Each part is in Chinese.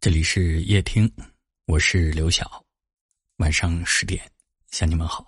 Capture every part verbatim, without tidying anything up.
这里是夜听，我是刘晓，晚上十点向你们好。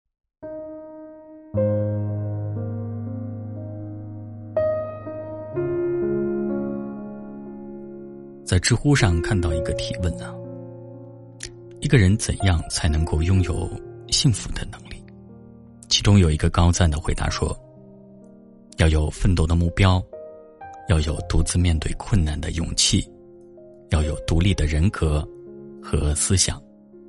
在知乎上看到一个提问啊，一个人怎样才能够拥有幸福的能力？其中有一个高赞的回答说，要有奋斗的目标，要有独自面对困难的勇气，要有独立的人格和思想。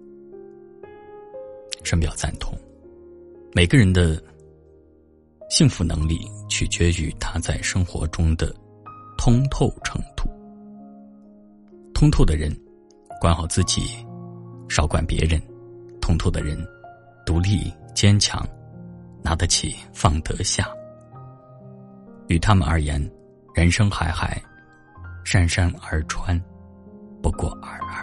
深表赞同。每个人的幸福能力取决于他在生活中的通透程度。通透的人管好自己，少管别人；通透的人独立坚强，拿得起放得下。于他们而言，人生海海，山山而川，不过尔尔。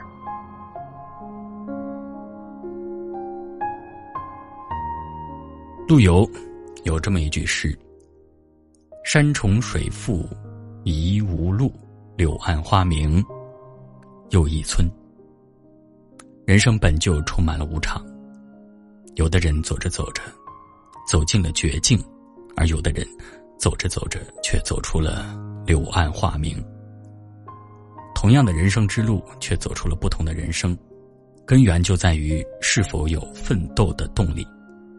陆游有这么一句诗：山重水复疑无路，柳暗花明又一村。人生本就充满了无常，有的人走着走着走进了绝境，而有的人走着走着却走出了柳暗花明。同样的人生之路，却走出了不同的人生，根源就在于是否有奋斗的动力。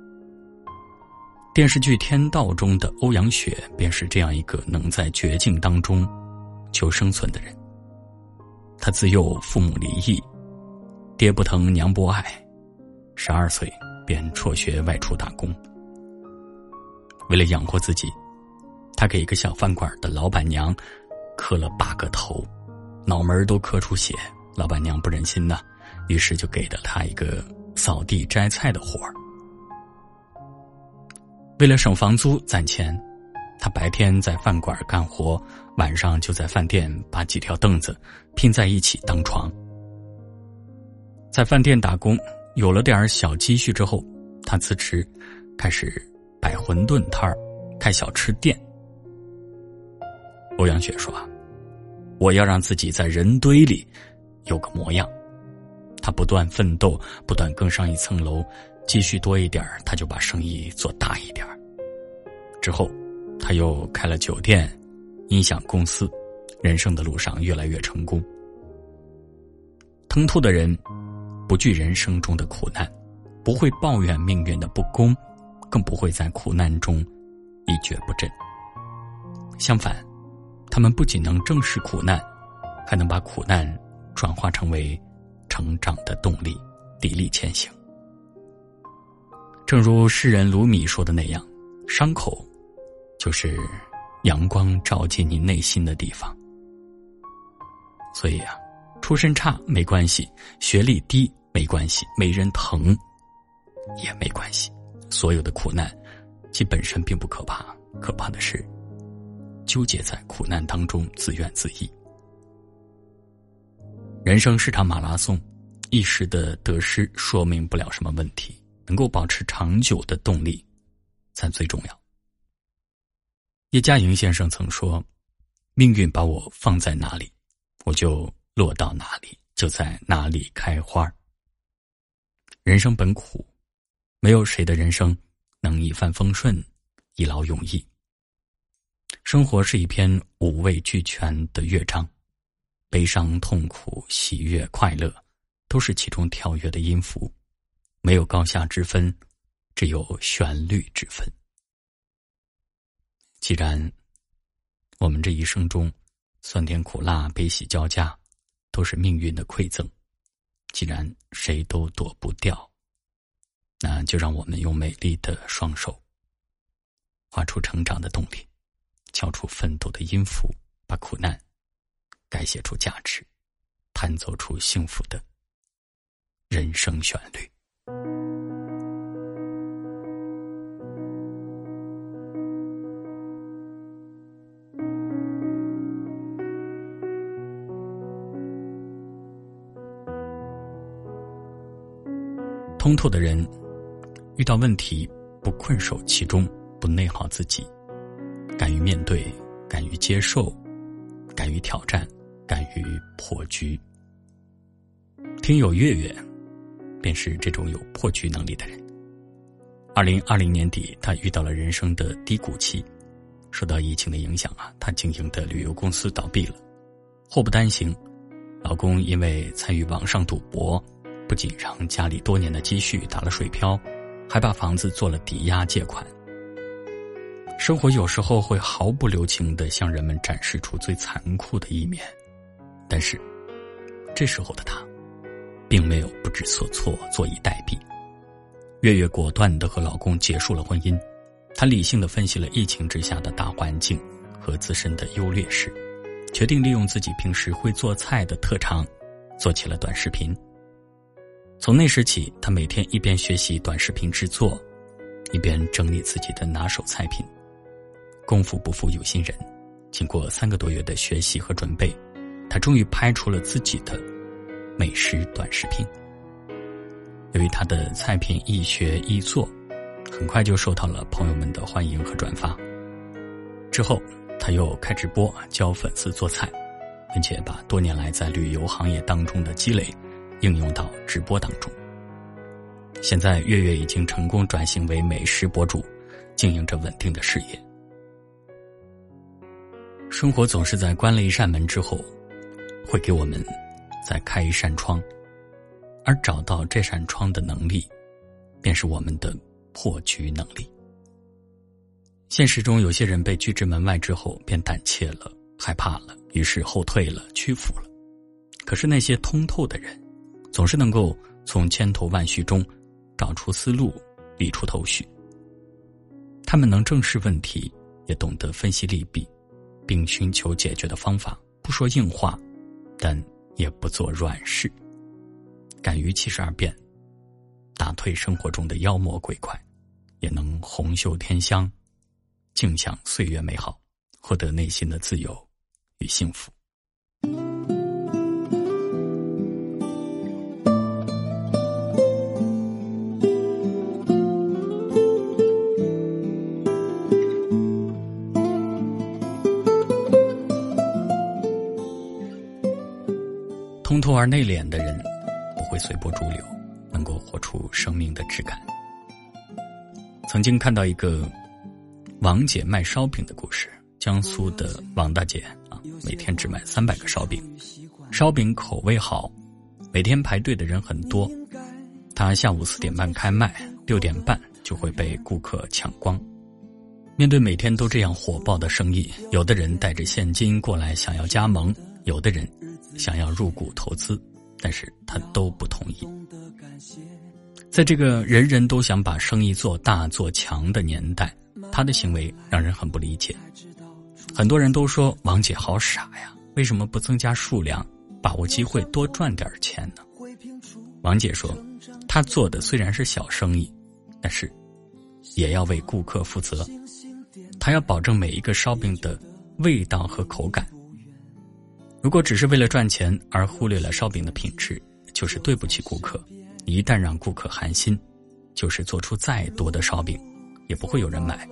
电视剧《天道》中的欧阳雪便是这样一个能在绝境当中求生存的人。他自幼父母离异，爹不疼娘不爱，十二岁便辍学外出打工。为了养活自己，他给一个小饭馆的老板娘磕了八个头，脑门都磕出血。老板娘不忍心呐，于是就给了他一个扫地摘菜的活儿。为了省房租攒钱，他白天在饭馆干活，晚上就在饭店把几条凳子拼在一起当床。在饭店打工有了点小积蓄之后，他辞职，开始摆馄饨摊儿，开小吃店。欧阳雪说，我要让自己在人堆里有个模样。他不断奋斗，不断更上一层楼，积蓄多一点，他就把生意做大一点。之后他又开了酒店、音响公司，人生的路上越来越成功。通透的人不惧人生中的苦难，不会抱怨命运的不公，更不会在苦难中一蹶不振。相反，他们不仅能正视苦难，还能把苦难转化成为成长的动力，砥砺前行。正如诗人鲁米说的那样，伤口就是阳光照进你内心的地方。所以啊，出身差没关系，学历低没关系，没人疼也没关系。所有的苦难其本身并不可怕，可怕的是纠结在苦难当中自怨自艾。人生是场马拉松，一时的得失说明不了什么问题，能够保持长久的动力才最重要。叶嘉莹先生曾说，命运把我放在哪里，我就落到哪里，就在哪里开花。人生本苦，没有谁的人生能一帆风顺，一劳永逸。生活是一篇五味俱全的乐章，悲伤、痛苦、喜悦、快乐都是其中跳跃的音符，没有高下之分，只有旋律之分。既然我们这一生中酸甜苦辣、悲喜交加都是命运的馈赠，既然谁都躲不掉，那就让我们用美丽的双手画出成长的动力，敲出奋斗的音符，把苦难改写出价值，弹奏出幸福的人生旋律。通透的人遇到问题不困守其中，不内耗自己，敢于面对，敢于接受，敢于挑战，敢于破局， 听友月月便是这种有破局能力的人。二零二零年底，他遇到了人生的低谷期，受到疫情的影响啊，他经营的旅游公司倒闭了，祸不单行，老公因为参与网上赌博，不仅让家里多年的积蓄打了水漂，还把房子做了抵押借款。生活有时候会毫不留情地向人们展示出最残酷的一面，但是这时候的她并没有不知所措，坐以待毙。月月果断地和老公结束了婚姻，她理性地分析了疫情之下的大环境和自身的优劣势，决定利用自己平时会做菜的特长，做起了短视频。从那时起，她每天一边学习短视频制作，一边整理自己的拿手菜品。功夫不负有心人，经过三个多月的学习和准备，她终于拍出了自己的美食短视频。由于她的菜品易学易做，很快就受到了朋友们的欢迎和转发。之后她又开直播教粉丝做菜，并且把多年来在旅游行业当中的积累应用到直播当中。现在月月已经成功转型为美食博主，经营着稳定的事业。生活总是在关了一扇门之后，会给我们再开一扇窗，而找到这扇窗的能力，便是我们的破局能力。现实中有些人被拒之门外之后，便胆怯了，害怕了，于是后退了，屈服了。可是那些通透的人，总是能够从千头万绪中找出思路，理出头绪。他们能正视问题，也懂得分析利弊，并寻求解决的方法，不说硬话，但也不做软事，敢于七十二变，打退生活中的妖魔鬼怪，也能红袖添香，静享岁月美好，获得内心的自由与幸福。通透而内敛的人不会随波逐流，能够活出生命的质感。曾经看到一个王姐卖烧饼的故事，江苏的王大姐啊，每天只卖三百个烧饼，烧饼口味好，每天排队的人很多。她下午四点半开卖，六点半就会被顾客抢光。面对每天都这样火爆的生意，有的人带着现金过来想要加盟，有的人想要入股投资，但是他都不同意。在这个人人都想把生意做大做强的年代，他的行为让人很不理解。很多人都说王姐好傻呀，为什么不增加数量，把握机会多赚点钱呢？王姐说，她做的虽然是小生意，但是也要为顾客负责，她要保证每一个烧饼的味道和口感。如果只是为了赚钱而忽略了烧饼的品质，就是对不起顾客。一旦让顾客寒心，就是做出再多的烧饼也不会有人买。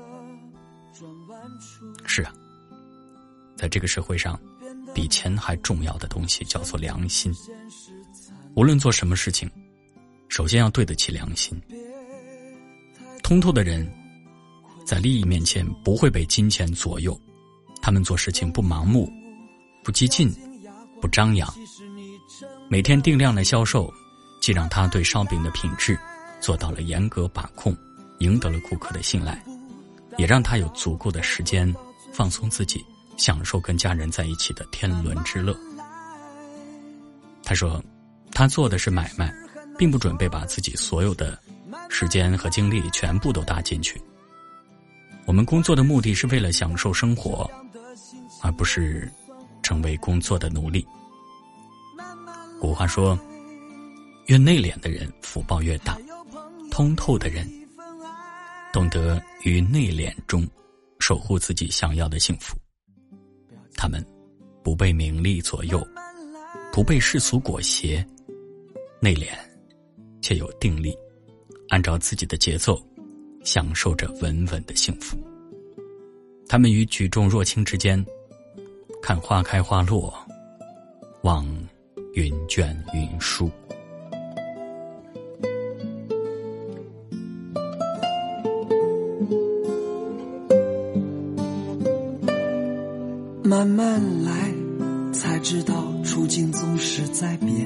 是啊，在这个社会上，比钱还重要的东西叫做良心。无论做什么事情，首先要对得起良心。通透的人在利益面前不会被金钱左右，他们做事情不盲目，不激进，不张扬，每天定量的销售，既让他对烧饼的品质做到了严格把控，赢得了顾客的信赖，也让他有足够的时间放松自己，享受跟家人在一起的天伦之乐。他说，他做的是买卖，并不准备把自己所有的时间和精力全部都搭进去。我们工作的目的是为了享受生活，而不是成为工作的奴隶。古话说，越内敛的人福报越大，通透的人懂得于内敛中守护自己想要的幸福。他们不被名利左右，不被世俗裹挟，内敛却有定力，按照自己的节奏享受着稳稳的幸福。他们于举重若轻之间，看花开花落，望云卷云舒。 慢慢来，才知道处境总是在变，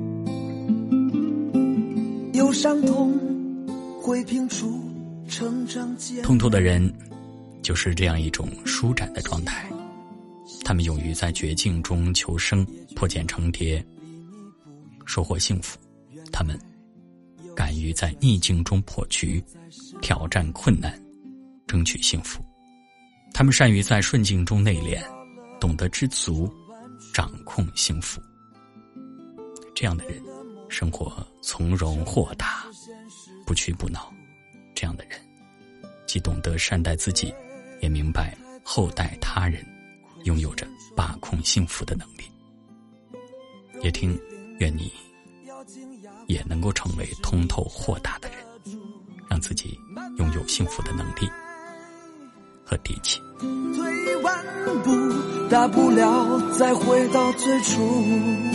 有伤痛会拼出成长坚。 通透的人就是这样一种舒展的状态，他们勇于在绝境中求生，破茧成蝶，收获幸福。他们敢于在逆境中破局，挑战困难，争取幸福。他们善于在顺境中内敛，懂得知足，掌控幸福。这样的人生活从容豁达，不屈不挠。这样的人既懂得善待自己，也明白厚待他人，拥有着把控幸福的能力。也听愿你也能够成为通透豁达的人，让自己拥有幸福的能力和底气。 退万步，大不了再回到最初，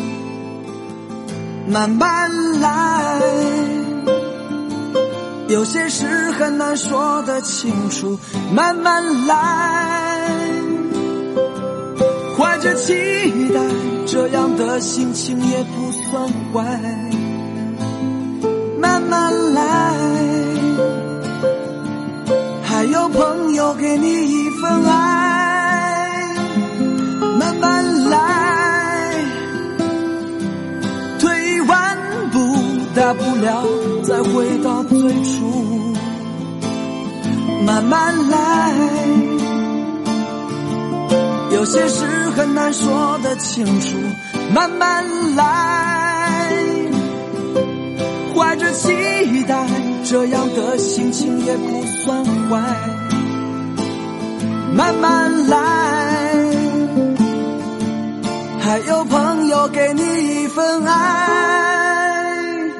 慢慢来，有些事很难说得清楚，慢慢来，怀着期待，这样的心情也不算坏，慢慢来，还有朋友给你一份爱，慢慢来，退万步，大不了再回到最初，慢慢来，有些事很难说得清楚，慢慢来，怀着期待，这样的心情也不算坏，慢慢来，还有朋友给你一份爱，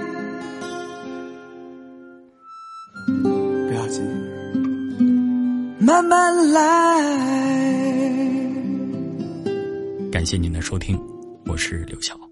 不要紧，慢慢来。 感谢您的收听，我是刘晓。